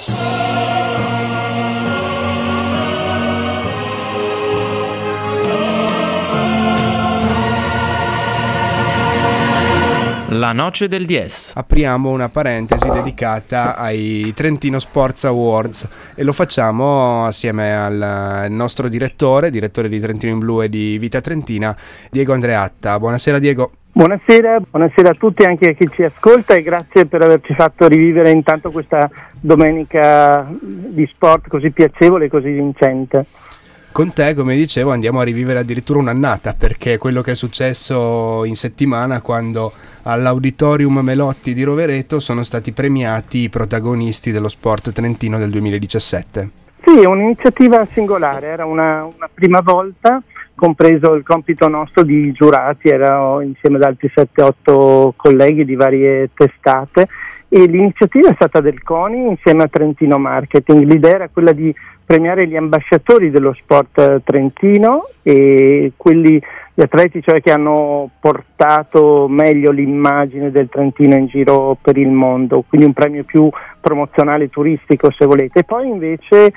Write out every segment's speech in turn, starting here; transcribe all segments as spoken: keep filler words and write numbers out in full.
La noce del diez. Apriamo una parentesi dedicata ai Trentino Sports Awards e lo facciamo assieme al nostro direttore, direttore di Trentino in Blu e di Vita Trentina, Diego Andreatta. Buonasera Diego. Buonasera, buonasera a tutti, anche a chi ci ascolta, e grazie per averci fatto rivivere intanto questa domenica di sport così piacevole e così vincente. Con te, come dicevo, andiamo a rivivere addirittura un'annata, perché quello che è successo in settimana quando all'Auditorium Melotti di Rovereto sono stati premiati i protagonisti dello sport trentino del duemiladiciassette. Sì, è un'iniziativa singolare, era una, una prima volta, compreso il compito nostro di giurati, ero insieme ad altri sette otto colleghi di varie testate, e l'iniziativa è stata del CONI insieme a Trentino Marketing. L'idea era quella di premiare gli ambasciatori dello sport trentino e quelli, gli atleti cioè che hanno portato meglio l'immagine del Trentino in giro per il mondo, quindi un premio più promozionale, turistico se volete. E poi invece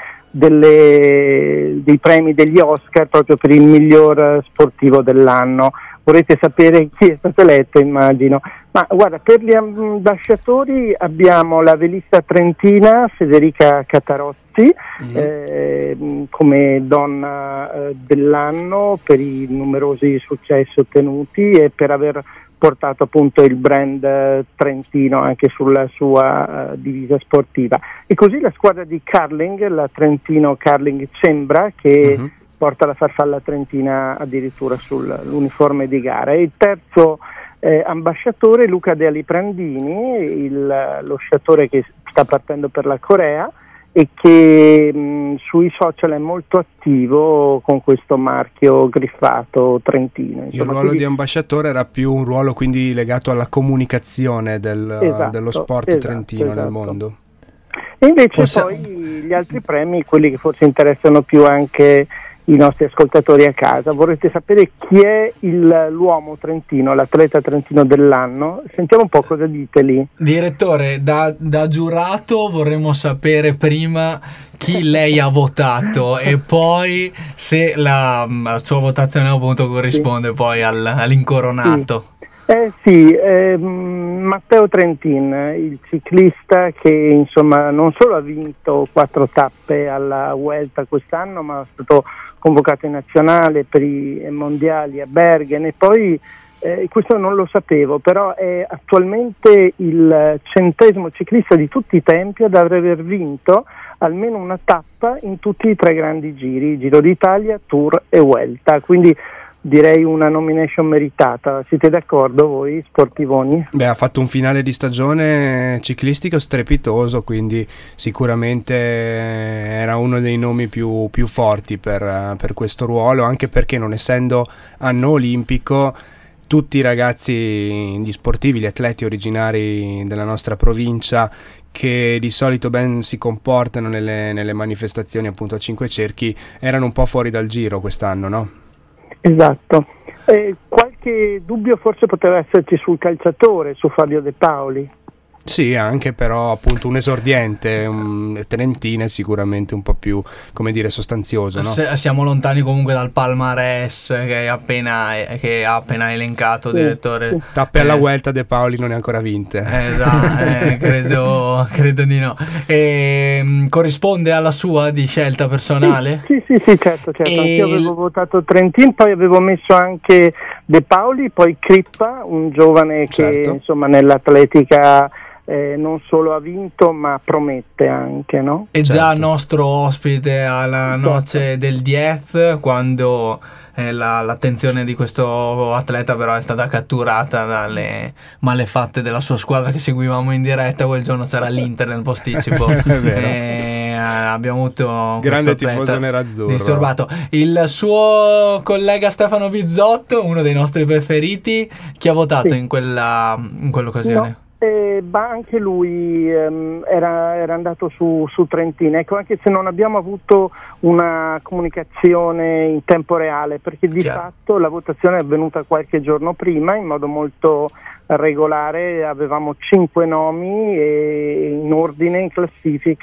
delle, dei premi degli Oscar proprio per il miglior sportivo dell'anno. Vorrete sapere chi è stato eletto, immagino. Ma guarda, per gli ambasciatori abbiamo la velista trentina Federica Catarozzi mm. eh, come donna eh, dell'anno per i numerosi successi ottenuti e per aver portato appunto il brand eh, trentino anche sulla sua eh, divisa sportiva. E così la squadra di curling, la Trentino Curling Cembra, che mm-hmm. porta la farfalla trentina addirittura sull'uniforme di gara. E il terzo eh, ambasciatore Luca De Aliprandini, il, lo sciatore che sta partendo per la Corea e che mh, sui social è molto attivo con questo marchio griffato trentino. Insomma, il ruolo quindi... di ambasciatore era più un ruolo quindi legato alla comunicazione del, esatto, dello sport esatto, trentino esatto. nel mondo. E invece Possa... poi gli altri premi, quelli che forse interessano più anche i nostri ascoltatori a casa. Vorrete sapere chi è il, l'uomo trentino, l'atleta trentino dell'anno? Sentiamo un po' cosa dite lì. Direttore, da, da giurato vorremmo sapere prima chi lei ha votato e poi se la, la sua votazione appunto corrisponde sì. poi al, all'incoronato. Sì. Eh sì, eh, Matteo Trentin, il ciclista che insomma non solo ha vinto quattro tappe alla Vuelta quest'anno, ma è stato convocato in nazionale per i mondiali a Bergen, e poi eh, questo non lo sapevo, però è attualmente il centesimo ciclista di tutti i tempi ad aver vinto almeno una tappa in tutti i tre grandi giri, Giro d'Italia, Tour e Vuelta, quindi direi una nomination meritata. Siete d'accordo voi sportivoni? Beh, ha fatto un finale di stagione ciclistico strepitoso, quindi sicuramente era uno dei nomi più, più forti per, per questo ruolo, anche perché non essendo anno olimpico tutti i ragazzi, gli sportivi, gli atleti originari della nostra provincia che di solito ben si comportano nelle, nelle manifestazioni appunto a cinque cerchi erano un po' fuori dal giro quest'anno, no? Esatto. Eh, qualche dubbio forse poteva esserci sul calciatore, su Fabio De Paoli. Sì, anche però appunto un esordiente, un trentino sicuramente un po' più, come dire, sostanzioso, no? Se, siamo lontani comunque dal palmarès che, è appena, che ha appena elencato, sì, direttore. Sì. Tappe alla Vuelta De Paoli non ne ha ancora vinte. Esatto, eh, credo, credo di no. E, corrisponde alla sua di scelta personale? Sì, sì, sì, sì certo, certo. E... Anch'io avevo votato Trentin, poi avevo messo anche De Paoli, poi Crippa, un giovane che certo. insomma nell'atletica Eh, non solo ha vinto ma promette anche, no? È certo. già nostro ospite alla noce del Diez, quando eh, la, l'attenzione di questo atleta però è stata catturata dalle malefatte della sua squadra che seguivamo in diretta. Quel giorno c'era l'Inter nel posticipo e abbiamo avuto grande tifoso nerazzurro disturbato. Il suo collega Stefano Bizzotto, uno dei nostri preferiti, chi ha votato sì. in quella in quell'occasione? No. Eh, ma anche lui ehm, era, era andato su, su Trentin, ecco, anche se non abbiamo avuto una comunicazione in tempo reale, perché di Chiaro. fatto la votazione è avvenuta qualche giorno prima in modo molto regolare, avevamo cinque nomi e in ordine in classifica,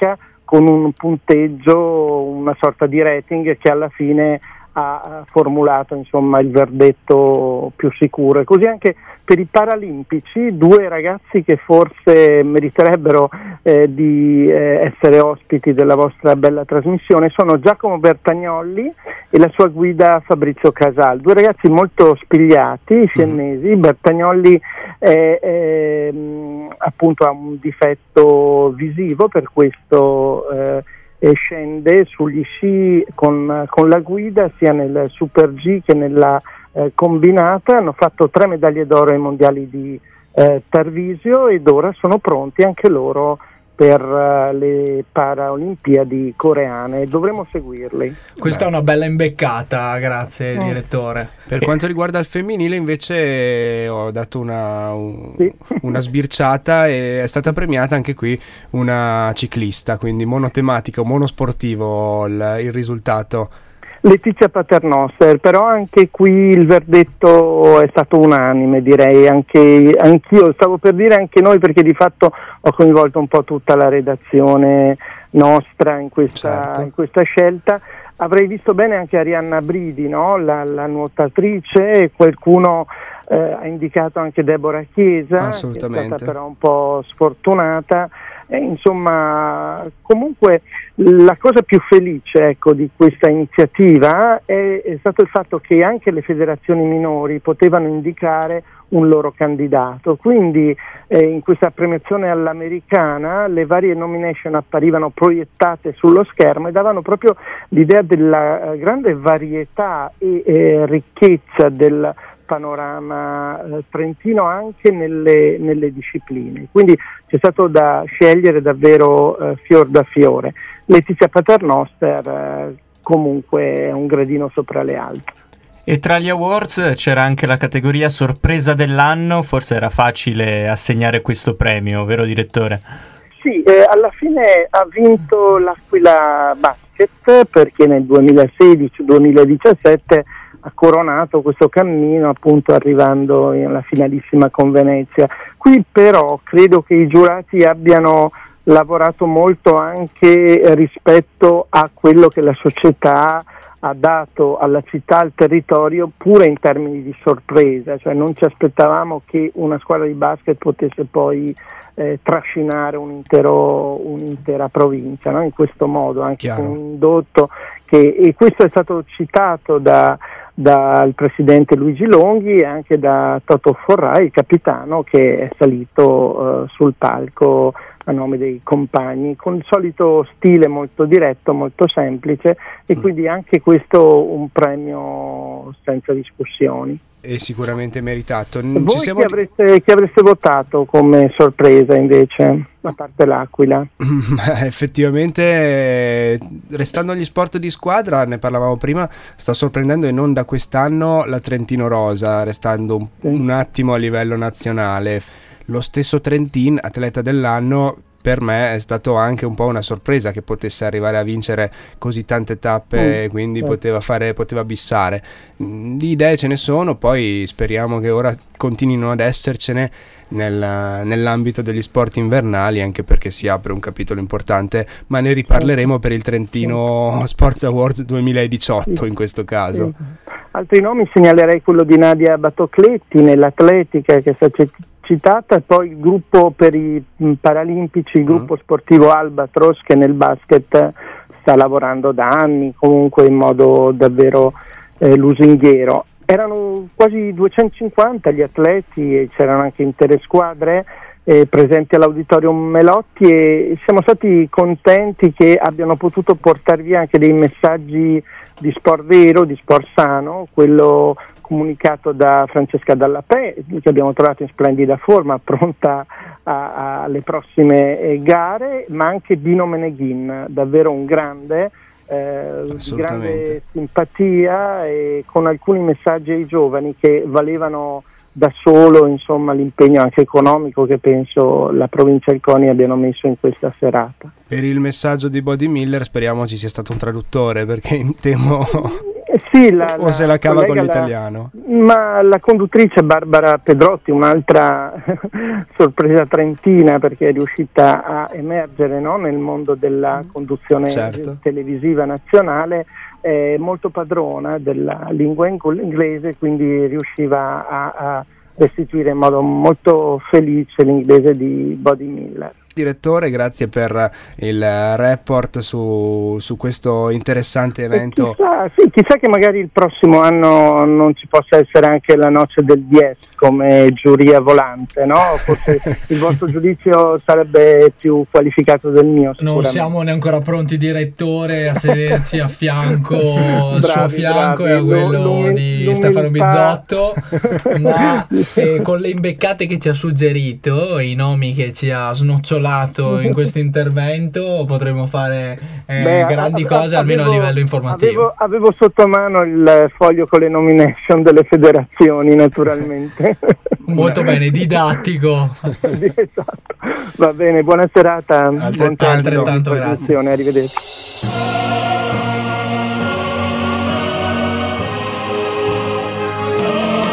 con un punteggio, una sorta di rating che alla fine ha formulato insomma il verdetto più sicuro. E così anche per i paralimpici, due ragazzi che forse meriterebbero eh, di eh, essere ospiti della vostra bella trasmissione sono Giacomo Bertagnolli e la sua guida Fabrizio Casal, due ragazzi molto spigliati, siennesi. Mm. Bertagnolli è, è, appunto ha un difetto visivo, per questo eh, e scende sugli sci con, con la guida sia nel Super G che nella eh, combinata. Hanno fatto tre medaglie d'oro ai mondiali di eh, Tarvisio ed ora sono pronti anche loro per uh, le Paralimpiadi coreane. Dovremo seguirli. Questa Beh. è una bella imbeccata, grazie oh. direttore. Per quanto riguarda il femminile invece ho dato una, un, sì. una sbirciata e è stata premiata anche qui una ciclista, quindi monotematica o monosportivo il, il risultato. Letizia Paternoster, però anche qui il verdetto è stato unanime, direi, anche anch'io, stavo per dire anche noi, perché di fatto ho coinvolto un po' tutta la redazione nostra in questa, certo. in questa scelta. Avrei visto bene anche Arianna Bridi, no? la, la nuotatrice, e qualcuno eh, ha indicato anche Deborah Chiesa, che è stata però un po' sfortunata. E insomma, comunque la cosa più felice, ecco, di questa iniziativa è, è stato il fatto che anche le federazioni minori potevano indicare un loro candidato, quindi eh, in questa premiazione all'americana le varie nomination apparivano proiettate sullo schermo e davano proprio l'idea della eh, grande varietà e eh, ricchezza del panorama eh, trentino anche nelle, nelle discipline, quindi c'è stato da scegliere davvero eh, fior da fiore. Letizia Paternoster eh, comunque è un gradino sopra le altre. E tra gli awards c'era anche la categoria sorpresa dell'anno, forse era facile assegnare questo premio, vero direttore? Sì, eh, alla fine ha vinto l'Aquila Basket, perché nel duemilasedici duemiladiciassette ha coronato questo cammino, appunto arrivando alla finalissima con Venezia. Qui però credo che i giurati abbiano lavorato molto anche rispetto a quello che la società ha dato alla città, al territorio, pure in termini di sorpresa, cioè non ci aspettavamo che una squadra di basket potesse poi eh, trascinare un intero, un'intera provincia, no? In questo modo, anche Chiaro. Con un indotto che, e questo è stato citato da dal presidente Luigi Longhi e anche da Toto Forrai, il capitano, che è salito uh, sul palco a nome dei compagni con il solito stile molto diretto, molto semplice, e mm. quindi anche questo un premio senza discussioni. E sicuramente meritato. Voi Ci siamo... chi, avreste, chi avreste votato come sorpresa invece, a parte l'Aquila? Effettivamente, restando agli sport di squadra, ne parlavamo prima, sta sorprendendo, e non da quest'anno, la Trentino Rosa, restando un, sì. un attimo a livello nazionale. Lo stesso Trentin, atleta dell'anno, per me è stato anche un po' una sorpresa che potesse arrivare a vincere così tante tappe, mm, quindi certo. poteva fare, poteva bissare. Di idee ce ne sono, poi speriamo che ora continuino ad essercene nel, nell'ambito degli sport invernali, anche perché si apre un capitolo importante, ma ne riparleremo per il Trentino Sports Awards duemiladiciotto in questo caso. Sì. Altri nomi segnalerei quello di Nadia Batocletti nell'atletica, che sta citata, e poi il gruppo per i paralimpici, il gruppo mm. sportivo Albatros, che nel basket sta lavorando da anni, comunque in modo davvero eh, lusinghiero. Erano quasi duecentocinquanta gli atleti e c'erano anche intere squadre eh, presenti all'Auditorium Melotti, e siamo stati contenti che abbiano potuto portare via anche dei messaggi di sport vero, di sport sano, quello comunicato da Francesca Dallapè, che abbiamo trovato in splendida forma, pronta alle prossime eh, gare, ma anche Dino Meneghin, davvero un grande, eh, di grande simpatia, e con alcuni messaggi ai giovani che valevano da solo, insomma, l'impegno anche economico che penso la provincia di Coni abbiano messo in questa serata. Per il messaggio di Body Miller speriamo ci sia stato un traduttore, perché temo... Sì, la, o se la cava con collega, l'italiano? La, ma la conduttrice Barbara Pedrotti, un'altra sorpresa trentina, perché è riuscita a emergere, no, nel mondo della conduzione certo. televisiva nazionale, è molto padrona della lingua inglese, quindi riusciva a, a restituire in modo molto felice l'inglese di Bode Miller. Direttore, grazie per il report su, su questo interessante evento. Chissà, sì, chissà che magari il prossimo anno non ci possa essere anche la noce del diez come giuria volante, no? Forse il vostro giudizio sarebbe più qualificato del mio. Non siamo ne ancora pronti, direttore, a sederci a fianco, al suo fianco bravi. E a quello L'um- di l'umiltà. Stefano Bizzotto, ma eh, con le imbeccate che ci ha suggerito, i nomi che ci ha snocciolato in questo intervento, potremmo fare eh, Beh, grandi ave- cose avevo, almeno a livello informativo. Avevo, avevo sotto mano il foglio con le nomination delle federazioni, naturalmente. Molto bene, didattico. Esatto. Va bene, buona serata. Altrettanto, buon altrettanto grazie. Arrivederci.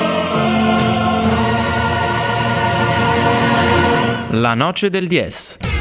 La noce del diez.